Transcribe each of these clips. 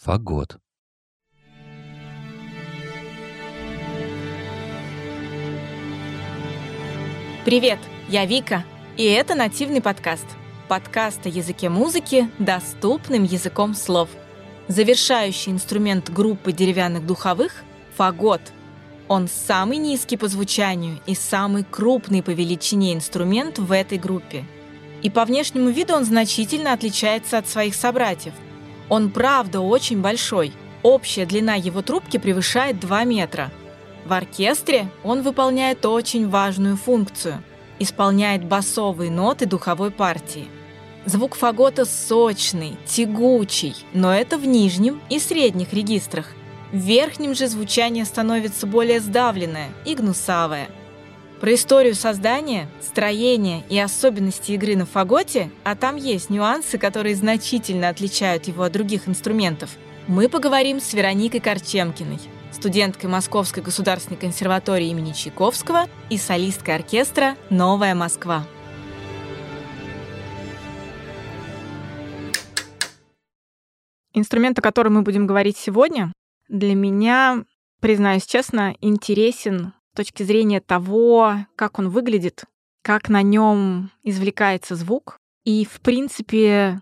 Фагот. Привет, я Вика, и это нативный подкаст. Подкаст о языке музыки доступным языком слов. Завершающий инструмент группы деревянных духовых – фагот. Он самый низкий по звучанию и самый крупный по величине инструмент в этой группе. И по внешнему виду он значительно отличается от своих собратьев. Он правда очень большой. Общая длина его трубки превышает 2 метра. В оркестре он выполняет очень важную функцию – исполняет басовые ноты духовой партии. Звук фагота сочный, тягучий, но это в нижнем и средних регистрах. В верхнем же звучание становится более сдавленное и гнусавое. Про историю создания, строения и особенности игры на фаготе, а там есть нюансы, которые значительно отличают его от других инструментов, мы поговорим с Вероникой Корчемкиной, студенткой Московской государственной консерватории имени Чайковского и солисткой оркестра «Новая Москва». Инструмент, о котором мы будем говорить сегодня, для меня, признаюсь честно, интересен с точки зрения того, как он выглядит, как на нем извлекается звук и, в принципе,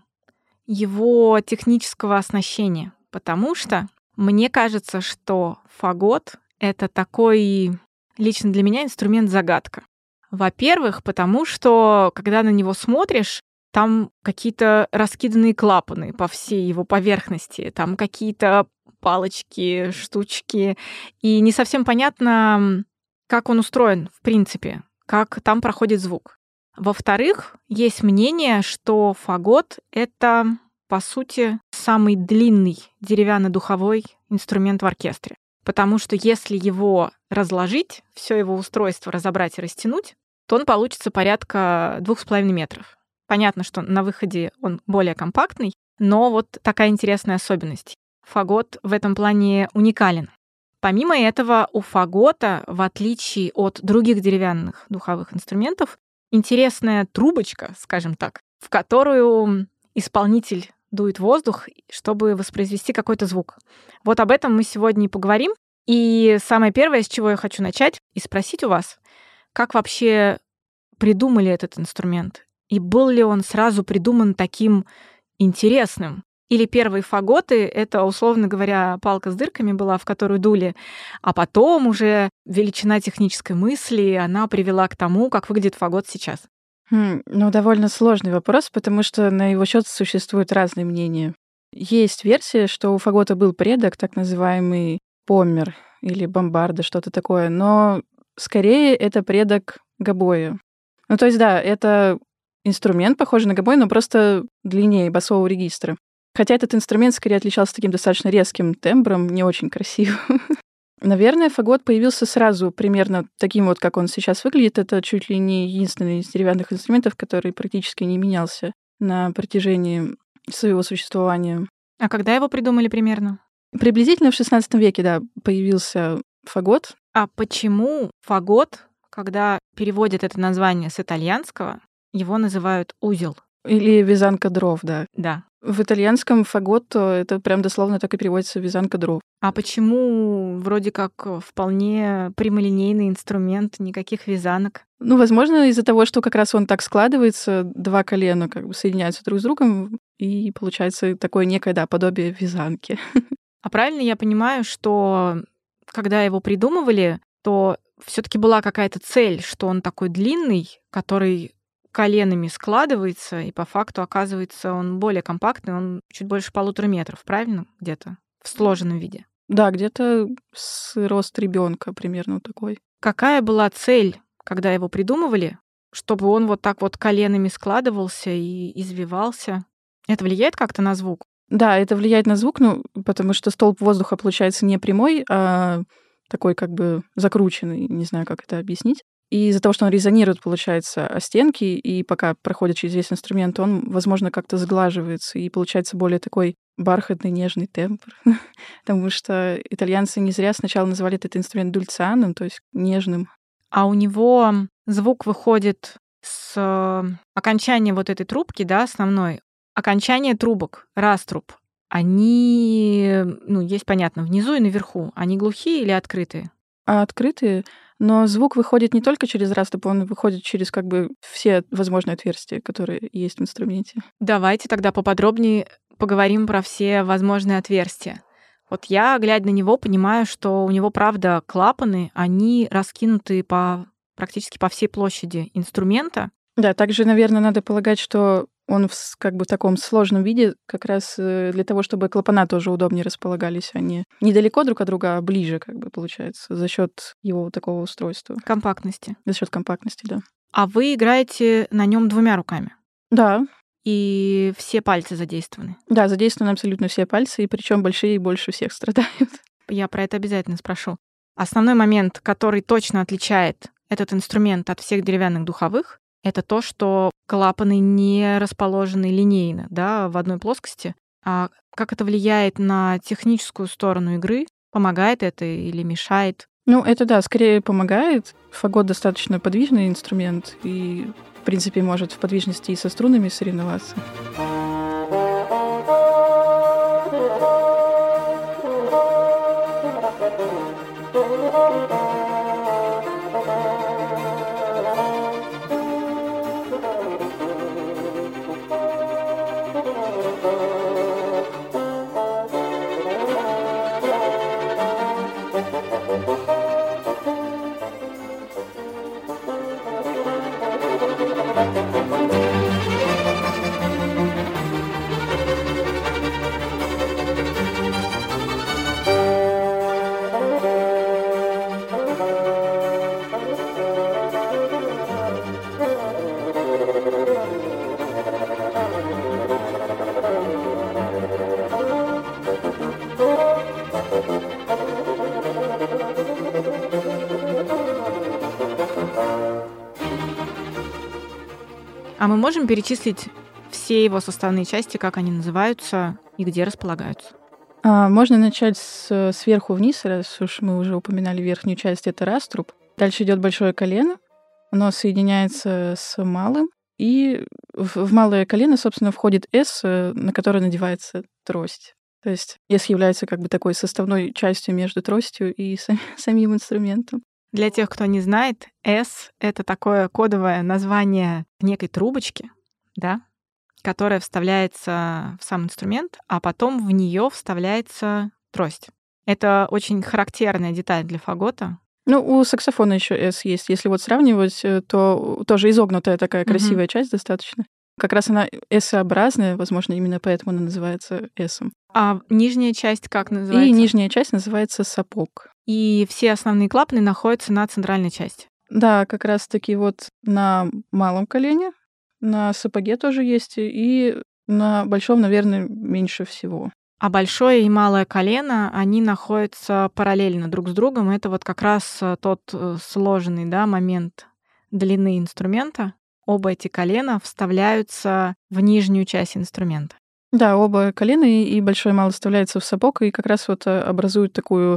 его технического оснащения. Потому что мне кажется, что фагот — это такой, лично для меня, инструмент-загадка. Во-первых, потому что, когда на него смотришь, там какие-то раскиданные клапаны по всей его поверхности, там какие-то палочки, штучки, и не совсем понятно, как он устроен, в принципе, как там проходит звук. Во-вторых, есть мнение, что фагот — это, по сути, самый длинный деревянно-духовой инструмент в оркестре. Потому что если его разложить, все его устройство разобрать и растянуть, то он получится порядка 2,5 метров. Понятно, что на выходе он более компактный, но вот такая интересная особенность. Фагот в этом плане уникален. Помимо этого, у фагота, в отличие от других деревянных духовых инструментов, интересная трубочка, скажем так, в которую исполнитель дует воздух, чтобы воспроизвести какой-то звук. Вот об этом мы сегодня и поговорим. И самое первое, с чего я хочу начать, и спросить у вас, как вообще придумали этот инструмент? И был ли он сразу придуман таким интересным? Или первые фаготы — это, условно говоря, палка с дырками была, в которую дули, а потом уже величина технической мысли, она привела к тому, как выглядит фагот сейчас? Довольно сложный вопрос, потому что на его счет существуют разные мнения. Есть версия, что у фагота был предок, так называемый поммер или бомбарда, что-то такое, но скорее это предок гобоя. То есть, да, это инструмент, похожий на гобой, но просто длиннее басового регистра. Хотя этот инструмент скорее отличался таким достаточно резким тембром, не очень красивым. Наверное, фагот появился сразу примерно таким вот, как он сейчас выглядит. Это чуть ли не единственный из деревянных инструментов, который практически не менялся на протяжении своего существования. А когда его придумали примерно? Приблизительно в XVI веке, да, появился фагот. А почему фагот, когда переводят это название с итальянского, его называют узел? Или вязанка дров, да. Да. В итальянском фаготто это прям дословно так и переводится вязанка дров. А почему вроде как вполне прямолинейный инструмент, никаких вязанок? Возможно, из-за того, что как раз он так складывается, два колена как бы соединяются друг с другом, и получается такое некое, да, подобие вязанки. А правильно я понимаю, что когда его придумывали, то все-таки была какая-то цель, что он такой длинный, который коленами складывается, и по факту оказывается он более компактный, он чуть больше 1,5 метров, правильно? Где-то в сложенном виде. Да, где-то с рост ребенка примерно такой. Какая была цель, когда его придумывали, чтобы он вот так вот коленами складывался и извивался? Это влияет как-то на звук? Да, это влияет на звук, потому что столб воздуха получается не прямой, а такой как бы закрученный, не знаю, как это объяснить. И из-за того, что он резонирует, получается, о стенки, и пока проходит через весь инструмент, он, возможно, как-то сглаживается, и получается более такой бархатный, нежный тембр. Потому что итальянцы не зря сначала называли этот инструмент дульцианом, то есть нежным. А у него звук выходит с окончания вот этой трубки, да, основной, окончание трубок, раструб, они, есть, понятно, внизу и наверху. Они глухие или открытые? Открытые, но звук выходит не только через раструб, он выходит через все возможные отверстия, которые есть в инструменте. Давайте тогда поподробнее поговорим про все возможные отверстия. Вот я, глядя на него, понимаю, что у него, правда, клапаны, они раскинуты практически по всей площади инструмента. Да, также, наверное, надо полагать, что он в таком сложном виде как раз для того, чтобы клапана тоже удобнее располагались. Они недалеко друг от друга, а ближе, получается, за счет его такого устройства. Компактности. За счет компактности, да. А вы играете на нем 2 руками? Да. И все пальцы задействованы? Да, задействованы абсолютно все пальцы, и причем большие больше всех страдают. Я про это обязательно спрошу. Основной момент, который точно отличает этот инструмент от всех деревянных духовых, это то, что клапаны не расположены линейно, в одной плоскости. А как это влияет на техническую сторону игры? Помогает это или мешает? Это да, скорее помогает. Фагот достаточно подвижный инструмент и, в принципе, может в подвижности и со струнами соревноваться. А мы можем перечислить все его составные части, как они называются и где располагаются? Можно начать сверху вниз, раз уж мы уже упоминали верхнюю часть, это раструб. Дальше идет большое колено, оно соединяется с малым, и в малое колено, собственно, входит S, на которое надевается трость. То есть S является такой составной частью между тростью и самим инструментом. Для тех, кто не знает, S — это такое кодовое название некой трубочки, которая вставляется в сам инструмент, а потом в нее вставляется трость. Это очень характерная деталь для фагота. У саксофона еще S есть. Если сравнивать, то тоже изогнутая такая красивая часть достаточно. Как раз она S-образная, возможно, именно поэтому она называется S. А нижняя часть как называется? И нижняя часть называется сапог. И все основные клапаны находятся на центральной части? Да, как раз-таки на малом колене, на сапоге тоже есть, и на большом, наверное, меньше всего. А большое и малое колено, они находятся параллельно друг с другом. Это как раз тот сложенный момент длины инструмента. Оба эти колена вставляются в нижнюю часть инструмента. Да, оба колена и большое и малое вставляются в сапог, и как раз образуют такую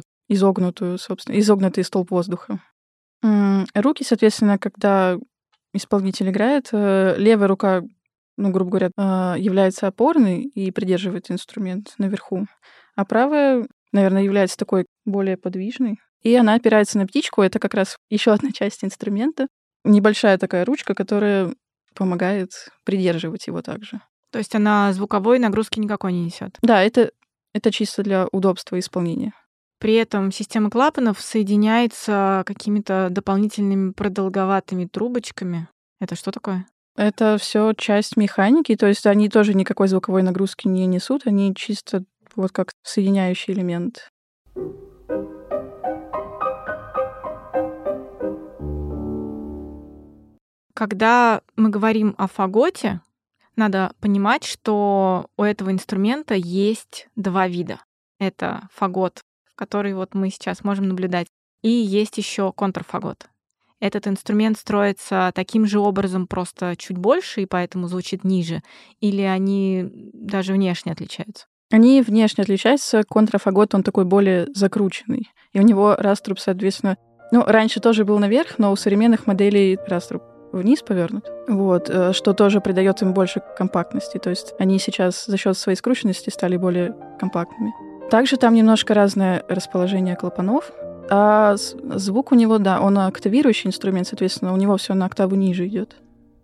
изогнутый столб воздуха. Руки, соответственно, когда исполнитель играет, левая рука, грубо говоря, является опорной и придерживает инструмент наверху, а правая, наверное, является такой более подвижной. И она опирается на птичку. Это как раз еще одна часть инструмента. Небольшая такая ручка, которая помогает придерживать его также. То есть она звуковой нагрузки никакой не несет? Да, это чисто для удобства исполнения. При этом система клапанов соединяется какими-то дополнительными продолговатыми трубочками. Это что такое? Это все часть механики, то есть они тоже никакой звуковой нагрузки не несут, они чисто как соединяющий элемент. Когда мы говорим о фаготе, надо понимать, что у этого инструмента есть 2 вида. Это фагот, который мы сейчас можем наблюдать, и есть еще контрфагот. Этот инструмент строится таким же образом, просто чуть больше, и поэтому звучит ниже, или они даже внешне отличаются? Они внешне отличаются. Контрафагот, он такой более закрученный. И у него раструб, соответственно... раньше тоже был наверх, но у современных моделей раструб вниз повернут. Вот, что тоже придает им больше компактности. То есть они сейчас за счет своей скрученности стали более компактными. Также там немножко разное расположение клапанов. А звук у него, да, он октавирующий инструмент, соответственно, у него все на октаву ниже идет.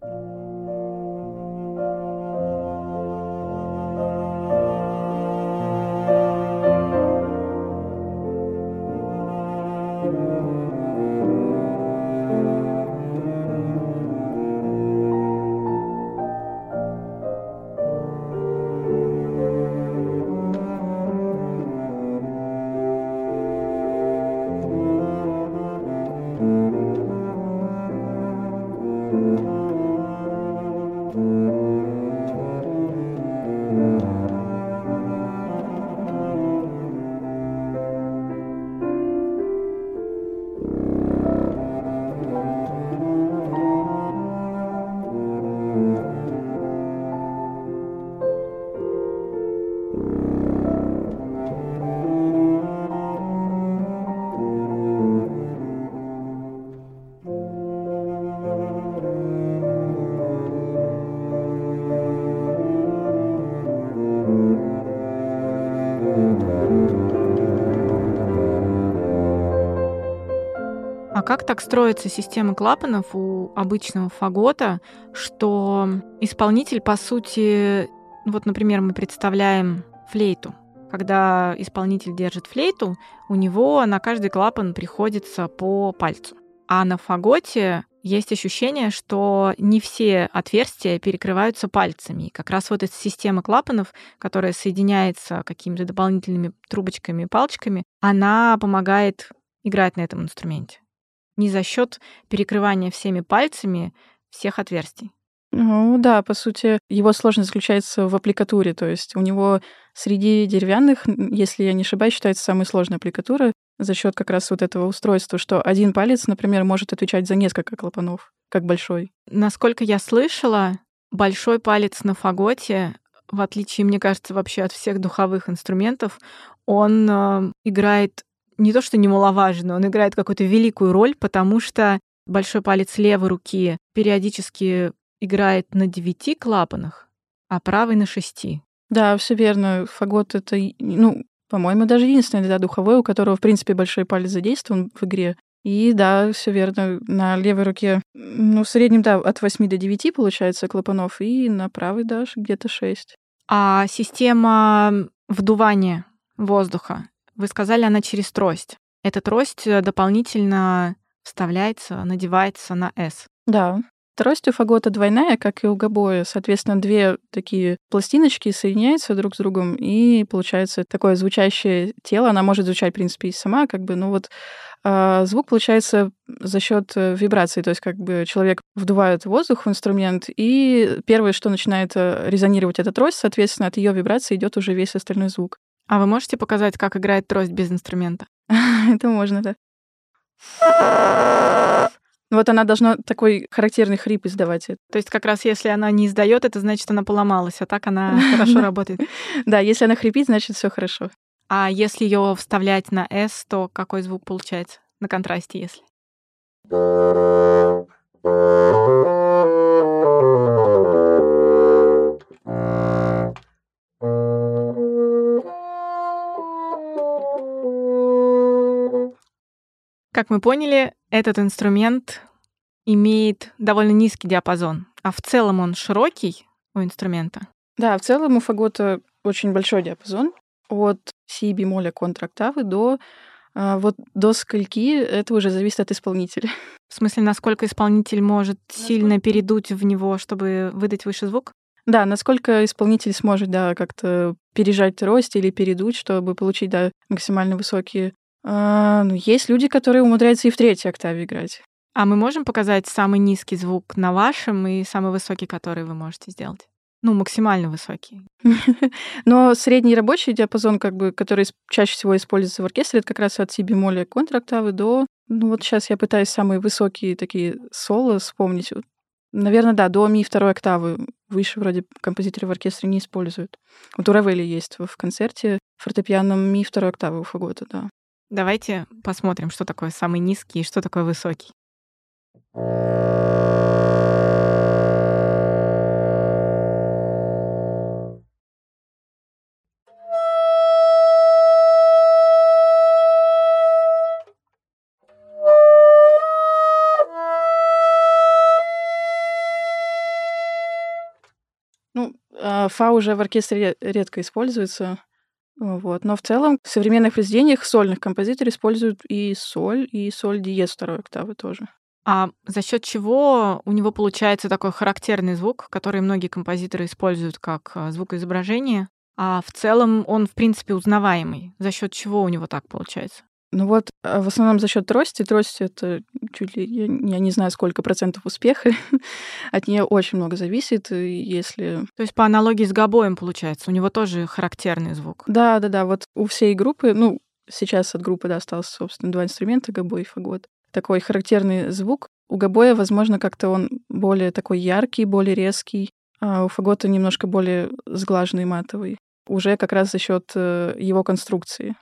А как так строится система клапанов у обычного фагота, что исполнитель, по сути, вот, например, мы представляем флейту. Когда исполнитель держит флейту, у него на каждый клапан приходится по пальцу. А на фаготе есть ощущение, что не все отверстия перекрываются пальцами. И как раз вот эта система клапанов, которая соединяется какими-то дополнительными трубочками и палочками, она помогает играть на этом инструменте. Не за счет перекрывания всеми пальцами всех отверстий. Ну да, по сути, его сложность заключается в аппликатуре. То есть у него среди деревянных, если я не ошибаюсь, считается самая сложная аппликатура за счет как раз вот этого устройства, что один палец, например, может отвечать за несколько клапанов, как большой. Насколько я слышала, большой палец на фаготе, в отличие, мне кажется, вообще от всех духовых инструментов, он играет не то что немаловажно, он играет какую-то великую роль, потому что большой палец левой руки периодически играет на 9 клапанах, а правый на 6. Да, все верно. Фагот — это, по-моему, даже единственный, да, духовой, у которого, в принципе, большой палец задействован в игре. И да, все верно. На левой руке, в среднем, да, от 8 до 9 получается клапанов, и на правой даже где-то 6. А система вдувания воздуха, вы сказали, она через трость. Эта трость дополнительно вставляется, надевается на S. Да. Трость у фагота двойная, как и у гобоя. Соответственно, 2 такие пластиночки соединяются друг с другом, и получается такое звучащее тело. Она может звучать, в принципе, и сама, звук получается за счет вибрации. То есть человек вдувает воздух в инструмент, и первое, что начинает резонировать эта трость, соответственно, от ее вибрации идет уже весь остальной звук. А вы можете показать, как играет трость без инструмента? Это можно, да. Вот она должна такой характерный хрип издавать. То есть как раз если она не издает, это значит, она поломалась, а так она хорошо работает. Да, если она хрипит, значит, все хорошо. А если ее вставлять на S, то какой звук получается? На контрасте, если? Как мы поняли, этот инструмент имеет довольно низкий диапазон, а в целом он широкий у инструмента. Да, в целом у фагота очень большой диапазон. От си бемоля контрактавы до скольки, это уже зависит от исполнителя. В смысле, насколько исполнитель может сильно передуть в него, чтобы выдать выше звук? Да, насколько исполнитель сможет, да, как-то пережать трость или передуть, чтобы получить, да, максимально высокие. Есть люди, которые умудряются и в 3-й октаве играть. А мы можем показать самый низкий звук на вашем и самый высокий, который вы можете сделать? Максимально высокий. Но средний рабочий диапазон, который чаще всего используется в оркестре, это как раз от си бемоля контрактавы до... вот сейчас я пытаюсь самые высокие такие соло вспомнить. Наверное, да, до ми 2-й октавы. Выше вроде композиторы в оркестре не используют. Вот у Равели есть в концерте фортепианном ми 2-й октавы у фагота, да. Давайте посмотрим, что такое самый низкий и что такое высокий. Фа уже в оркестре редко используется. Вот. Но в целом в современных произведениях сольных композиторы используют и соль диез второй октавы тоже. А за счет чего у него получается такой характерный звук, который многие композиторы используют как звукоизображение, а в целом он, в принципе, узнаваемый? За счет чего у него так получается? Ну вот, в основном за счет трости. Трость — это чуть ли я не знаю, сколько процентов успеха. От нее очень много зависит. И если... То есть по аналогии с гобоем получается, у него тоже характерный звук. Да. Вот у всей группы, ну, сейчас от группы, да, осталось, собственно, 2 инструмента, гобой и фагот. Такой характерный звук. У гобоя, возможно, как-то он более такой яркий, более резкий, а у фагота немножко более сглаженный, матовый. Уже как раз за счет его конструкции.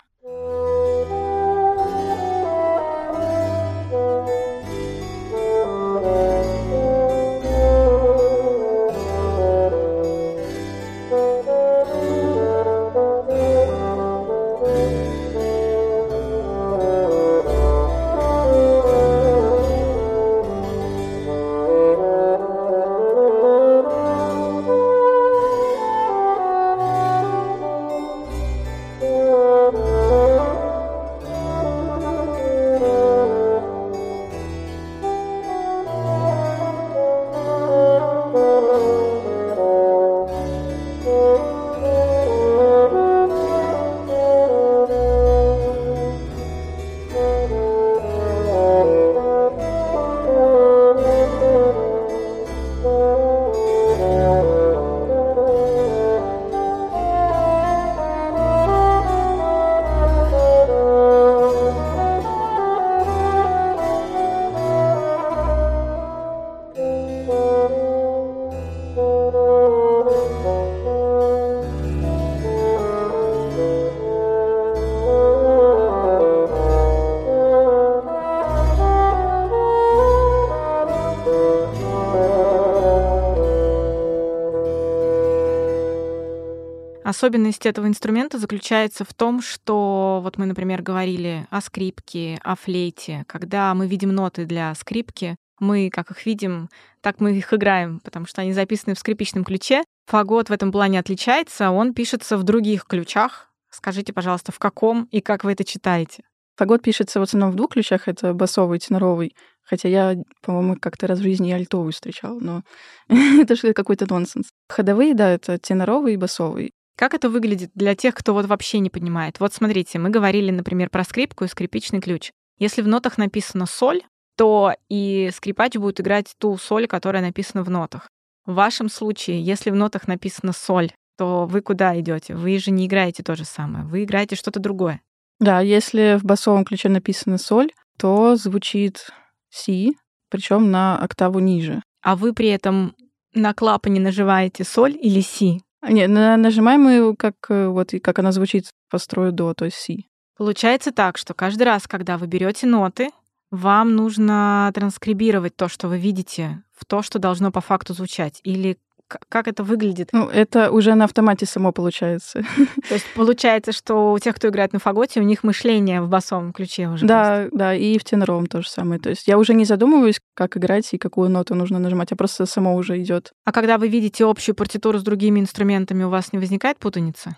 Особенность этого инструмента заключается в том, что вот мы, например, говорили о скрипке, о флейте. Когда мы видим ноты для скрипки, мы как их видим, так мы их играем, потому что они записаны в скрипичном ключе. Фагот в этом плане отличается, он пишется в других ключах. Скажите, пожалуйста, в каком и как вы это читаете? Фагот пишется в основном в 2 ключах, это басовый и теноровый. Хотя я, по-моему, как-то раз в жизни и альтовую встречала, но это же какой-то нонсенс. Ходовые, да, это теноровый и басовый. Как это выглядит для тех, кто вот вообще не понимает? Вот смотрите, мы говорили, например, про скрипку и скрипичный ключ. Если в нотах написано соль, то и скрипач будет играть ту соль, которая написана в нотах. В вашем случае, если в нотах написано соль, то вы куда идете? Вы же не играете то же самое, вы играете что-то другое. Да, если в басовом ключе написано соль, то звучит си, причем на октаву ниже. А вы при этом на клапане нажимаете соль или си? Не, нажимаем мы вот и как она звучит по строю до, то есть си. Получается так, что каждый раз, когда вы берете ноты, вам нужно транскрибировать то, что вы видите, в то, что должно по факту звучать. Или как это выглядит? Ну, это уже на автомате само получается. То есть получается, что у тех, кто играет на фаготе, у них мышление в басовом ключе уже. Да, и в теноровом то же самое. То есть я уже не задумываюсь, как играть и какую ноту нужно нажимать, а просто само уже идет. А когда вы видите общую партитуру с другими инструментами, у вас не возникает путаница?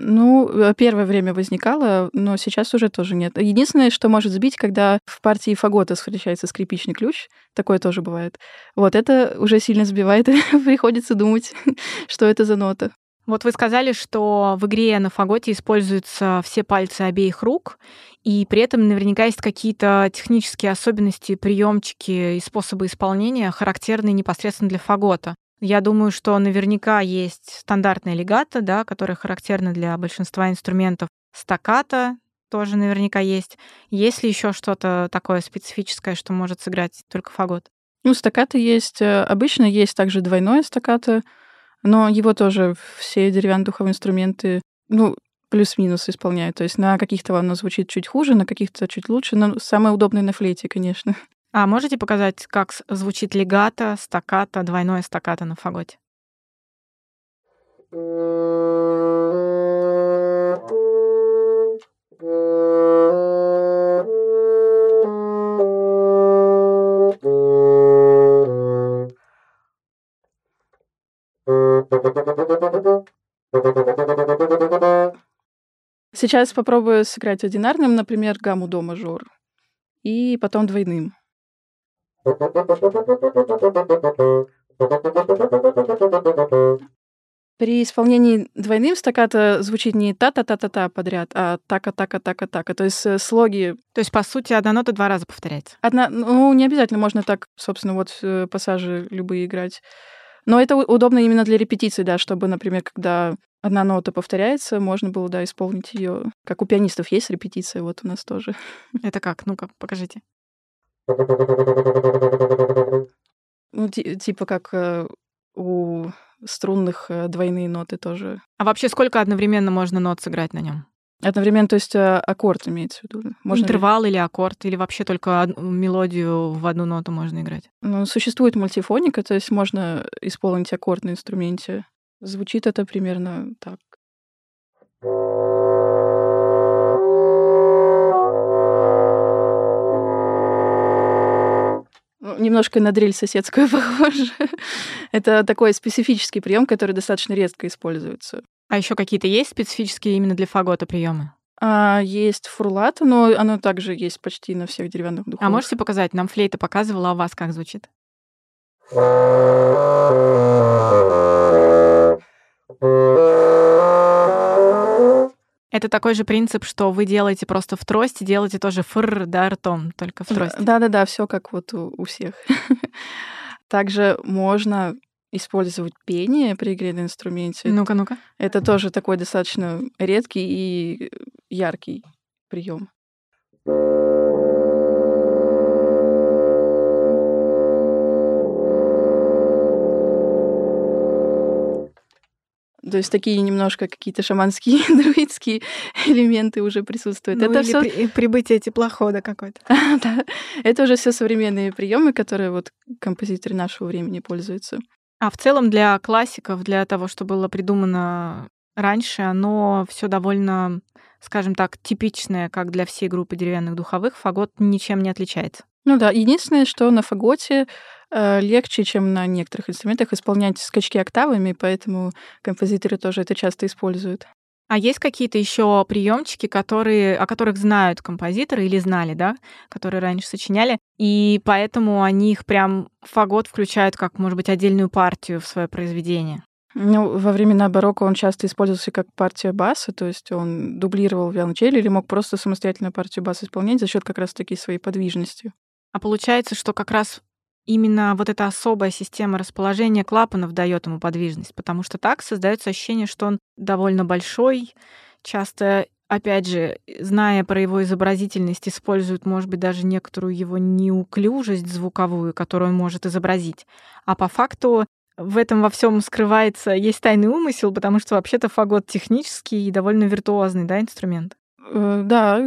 Ну, первое время возникало, но сейчас уже тоже нет. Единственное, что может сбить, когда в партии фагота встречается скрипичный ключ, такое тоже бывает. Вот это уже сильно сбивает, приходится думать, что это за нота. Вот вы сказали, что в игре на фаготе используются все пальцы обеих рук, и при этом наверняка есть какие-то технические особенности, приемчики и способы исполнения, характерные непосредственно для фагота. Я думаю, что наверняка есть стандартная легато, да, которая характерна для большинства инструментов. Стаккато тоже наверняка есть. Есть ли еще что-то такое специфическое, что может сыграть только фагот? Ну, стаккато есть. Обычно есть также двойное стаккато, но его тоже все деревянные духовые инструменты, ну, плюс-минус исполняют. То есть на каких-то оно звучит чуть хуже, на каких-то чуть лучше, но самое удобное на флейте, конечно. А можете показать, как звучит легато, стаккато, двойное стаккато на фаготе? Сейчас попробую сыграть одинарным, например, гамму до мажор, и потом двойным. При исполнении двойным стаккато звучит не та-та-та-та-та подряд, а така-така-така-така. То есть слоги... То есть, по сути, одна нота 2 раза повторяется. Ну, не обязательно, можно так, собственно, вот пассажи любые играть. Но это удобно именно для репетиции, да, чтобы, например, когда одна нота повторяется, можно было, да, исполнить ее. Как у пианистов есть репетиция, вот у нас тоже. Это как? Ну-ка, покажите. Ну, типа как у струнных двойные ноты тоже. А вообще сколько одновременно можно нот сыграть на нем? Одновременно, то есть аккорд имеется в виду. Интервал или аккорд, или вообще только мелодию в одну ноту можно играть? Ну, существует мультифоника, то есть можно исполнить аккорд на инструменте. Звучит это примерно так. Немножко на дрель соседскую похоже. Это такой специфический прием, который достаточно редко используется. А еще какие-то есть специфические именно для фагота приемы? Есть фурлато, но оно также есть почти на всех деревянных духовых. А можете показать? Нам флейта показывала, а у вас как звучит? Это такой же принцип, что вы делаете просто в трости, делаете тоже фр, да, ртом, только в трости. Да-да-да, все как вот у всех. Также можно использовать пение при игре на инструменте. Ну-ка. Это тоже такой достаточно редкий и яркий прием. То есть такие немножко какие-то шаманские, друидские элементы уже присутствуют. Ну, это или все прибытие теплохода какой-то. Да, это уже все современные приемы, которые вот композиторы нашего времени пользуются. А в целом для классиков, для того, что было придумано раньше, оно все довольно, скажем так, типичное, как для всей группы деревянных духовых. Фагот ничем не отличается. Ну да, единственное, что на фаготе легче, чем на некоторых инструментах, исполнять скачки октавами, поэтому композиторы тоже это часто используют. А есть какие-то еще приемчики, о которых знают композиторы или знали, да, которые раньше сочиняли, и поэтому они их прям фагот включают как, может быть, отдельную партию в свое произведение? Ну, во времена барокко он часто использовался как партия баса, то есть он дублировал виолончель или мог просто самостоятельно партию баса исполнять за счет как раз-таки своей подвижности. А получается, что как раз именно вот эта особая система расположения клапанов дает ему подвижность, потому что так создается ощущение, что он довольно большой, часто, опять же, зная про его изобразительность, используют, может быть, даже некоторую его неуклюжесть звуковую, которую он может изобразить. А по факту в этом во всем скрывается, есть тайный умысел, потому что вообще-то фагот технический и довольно виртуозный, да, инструмент. Да,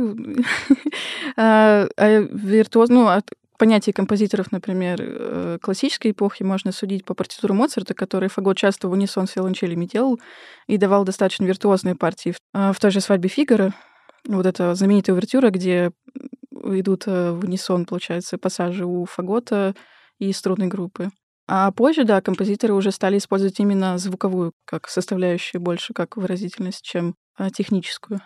виртуоз, от понятия композиторов, например, классической эпохи можно судить по партитуру Моцарта, который фагот часто в унисон с виолончелями делал и давал достаточно виртуозные партии. В той же «Свадьбе Фигаро», вот эта знаменитая увертюра, где идут в унисон, получается, пассажи у фагота и струнной группы. А позже, да, композиторы уже стали использовать именно звуковую как составляющую, больше как выразительность, чем техническую.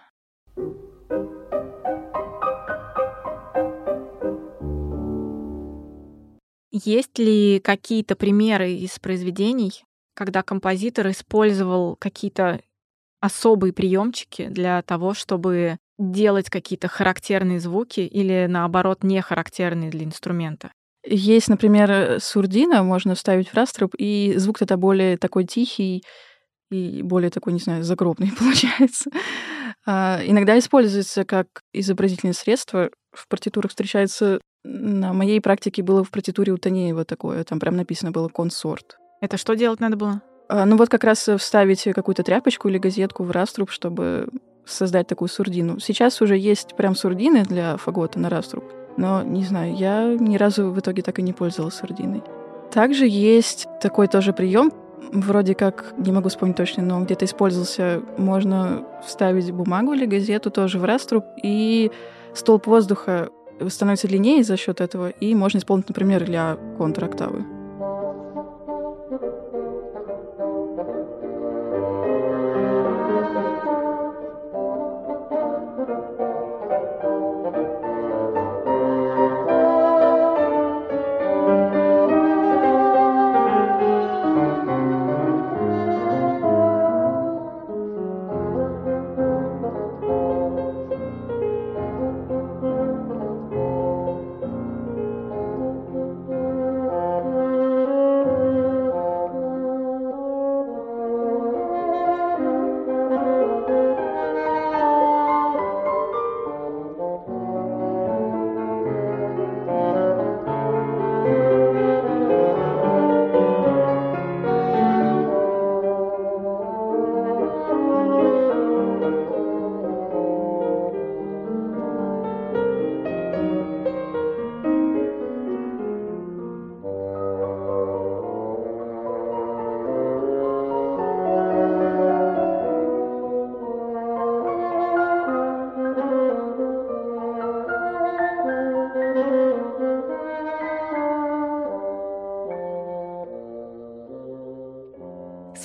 Есть ли какие-то примеры из произведений, когда композитор использовал какие-то особые приемчики для того, чтобы делать какие-то характерные звуки или, наоборот, не характерные для инструмента? Есть, например, сурдина, можно вставить в раструб, и звук тогда более такой тихий и более такой, не знаю, загробный получается. Иногда используется как изобразительное средство. В партитурах встречается, на моей практике было в партитуре у Танеева такое, там прям написано было «консорт». Это что делать надо было? Вот как раз вставить какую-то тряпочку или газетку в раструб, чтобы создать такую сурдину. Сейчас уже есть прям сурдины для фагота на раструб, но, не знаю, я ни разу в итоге так и не пользовалась сурдиной. Также есть такой тоже прием, вроде как, не могу вспомнить точно, но где-то использовался, можно вставить бумагу или газету тоже в раструб, и столб воздуха становится длиннее за счет этого, и можно исполнить, например, для контроктавы.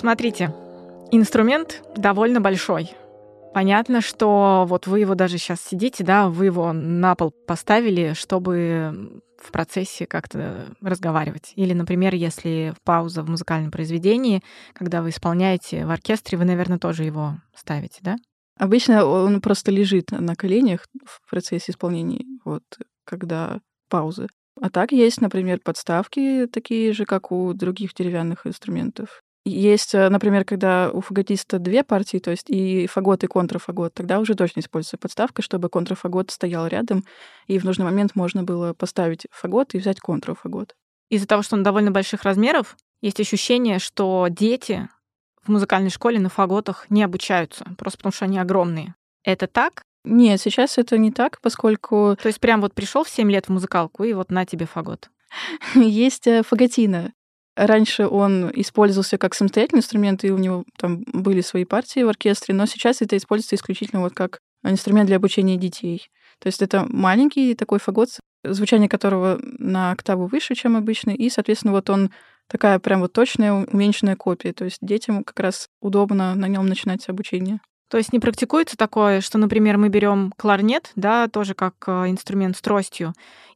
Смотрите, инструмент довольно большой. Понятно, что вот вы его даже сейчас сидите, да, вы его на пол поставили, чтобы в процессе как-то разговаривать. Или, например, если пауза в музыкальном произведении, когда вы исполняете в оркестре, вы, наверное, тоже его ставите, да? Обычно он просто лежит на коленях в процессе исполнения, вот, когда паузы. А так есть, например, подставки такие же, как у других деревянных инструментов. Есть, например, когда у фаготиста 2 партии, то есть и фагот, и контрафагот, тогда уже точно используется подставка, чтобы контрафагот стоял рядом, и в нужный момент можно было поставить фагот и взять контрафагот. Из-за того, что он довольно больших размеров, есть ощущение, что дети в музыкальной школе на фаготах не обучаются, просто потому что они огромные. Это так? Нет, сейчас это не так, поскольку То есть прям вот пришел в 7 лет в музыкалку, и вот на тебе фагот. есть фаготино. Раньше он использовался как самостоятельный инструмент, и у него там были свои партии в оркестре, но сейчас это используется исключительно вот как инструмент для обучения детей. То есть это маленький такой фагот, звучание которого на октаву выше, чем обычный, и, соответственно, вот он такая прям вот точная уменьшенная копия. То есть детям как раз удобно на нем начинать обучение. То есть не практикуется такое, что, например, мы берем кларнет, да, тоже как инструмент с тростью,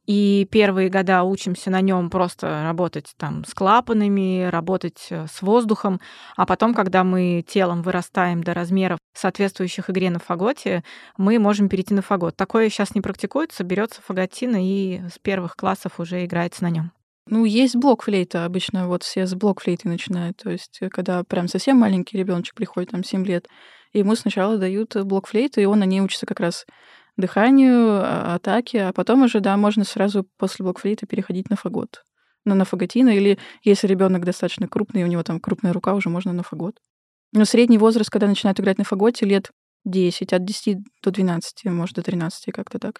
и первые года учимся на нем просто работать там с клапанами, работать с воздухом, а потом, когда мы телом вырастаем до размеров, соответствующих игре на фаготе, мы можем перейти на фагот. Такое сейчас не практикуется, берется фаготино и с первых классов уже играется на нем. Ну, есть блокфлейта. Обычно вот все с блокфлейты начинают. То есть, когда прям совсем маленький ребеночек приходит, там 7 лет, ему сначала дают блокфлейту, и он на ней учится как раз дыханию, атаке, а потом уже, да, можно сразу после блокфлейта переходить на фагот. Ну, на фаготино, или если ребенок достаточно крупный, у него там крупная рука, уже можно на фагот. Но средний возраст, когда начинают играть на фаготе, лет 10, от 10 до 12, может, до 13, как-то так.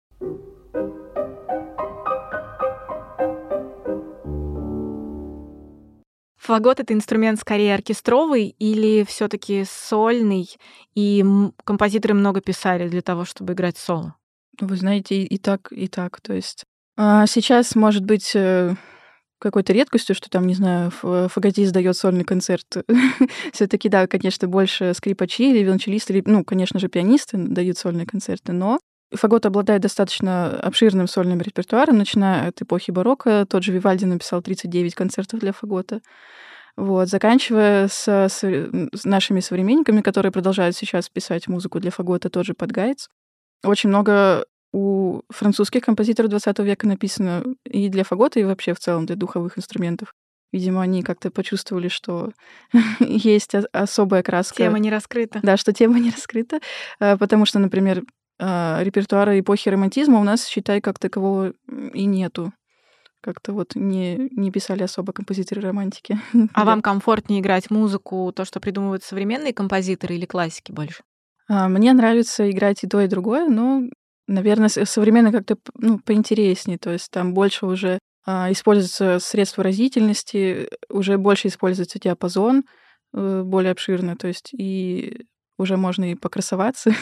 Фагот — это инструмент скорее оркестровый или все таки сольный, и композиторы много писали для того, чтобы играть соло? Вы знаете, и так, и так. То есть сейчас, может быть, какой-то редкостью, что там, не знаю, фаготист даёт сольный концерт. Все таки да, конечно, больше скрипачи или виолончелисты, или, ну, конечно же, пианисты дают сольные концерты, но фагот обладает достаточно обширным сольным репертуаром, начиная от эпохи барокко. Тот же Вивальди написал 39 концертов для фагота. Вот, заканчивая с нашими современниками, которые продолжают сейчас писать музыку для фагота, тот же Пат-Гайц. Очень много у французских композиторов 20 века написано и для фагота, и вообще в целом для духовых инструментов. Видимо, они как-то почувствовали, что есть особая краска. Тема не раскрыта. Да, что тема не раскрыта. Потому что, например, репертуара эпохи романтизма у нас, считай, как такового и нету. Как-то вот не писали особо композиторы романтики. А вам комфортнее играть музыку, то, что придумывают современные композиторы, или классики больше? Мне нравится играть и то, и другое, но, наверное, современно как-то поинтереснее. То есть там больше уже используются средства выразительности, уже больше используется диапазон более обширный, то есть и уже можно и покрасоваться.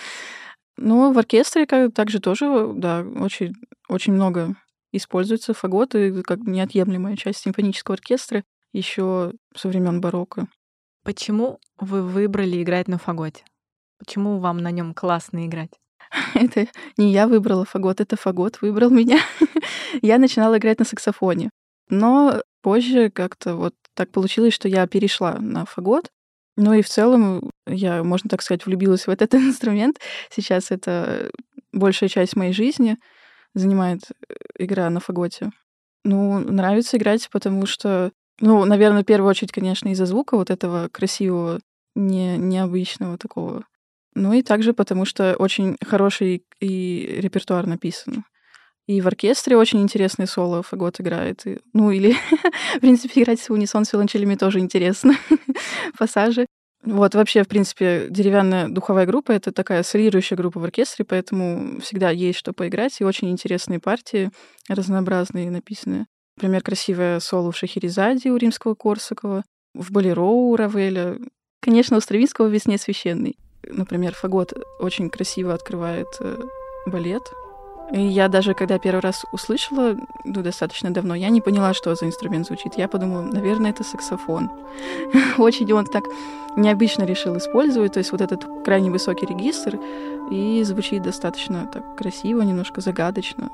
Но в оркестре также тоже, да, очень, очень много используется фагот, и как неотъемлемая часть симфонического оркестра еще со времен барокко. Почему вы выбрали играть на фаготе? Почему вам на нем классно играть? Это не я выбрала фагот, это фагот выбрал меня. Я начинала играть на саксофоне. Но позже как-то вот так получилось, что я перешла на фагот. Ну и в целом я, можно так сказать, влюбилась в этот инструмент. Сейчас это большая часть моей жизни занимает игра на фаготе. Ну, нравится играть, потому что, наверное, в первую очередь, конечно, из-за звука вот этого красивого, необычного такого. Ну и также потому, что очень хороший и репертуар написан. И в оркестре очень интересное соло фагот играет. Или, в принципе, играть в унисон с виолончелями тоже интересно. Пассажи. Вот, вообще, в принципе, деревянная духовая группа — это такая солирующая группа в оркестре, поэтому всегда есть что поиграть, и очень интересные партии, разнообразные написанные. Например, красивое соло в Шахерезаде у Римского-Корсакова, в Болеро у Равеля. Конечно, у Стравинского «Весне священный». Например, фагот очень красиво открывает балет. И я даже, когда первый раз услышала, достаточно давно, я не поняла, что за инструмент звучит. Я подумала, наверное, это саксофон. Очень он так необычно решил использовать, то есть вот этот крайне высокий регистр, и звучит достаточно так красиво, немножко загадочно.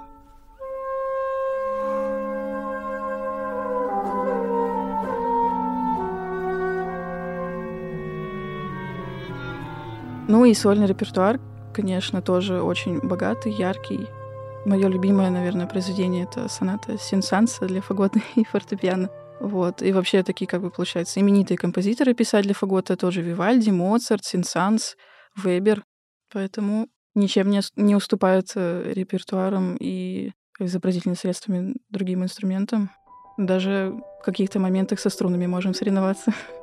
Ну и сольный репертуар, конечно, тоже очень богатый, яркий. Мое любимое, наверное, произведение — это соната Сен-Санса для фагота и фортепиано. Вот. И вообще такие, получается, именитые композиторы писали для фагота, тоже Вивальди, Моцарт, Сен-Санс, Вебер. Поэтому ничем не уступают репертуаром и изобразительными средствами другим инструментам. Даже в каких-то моментах со струнами можем соревноваться.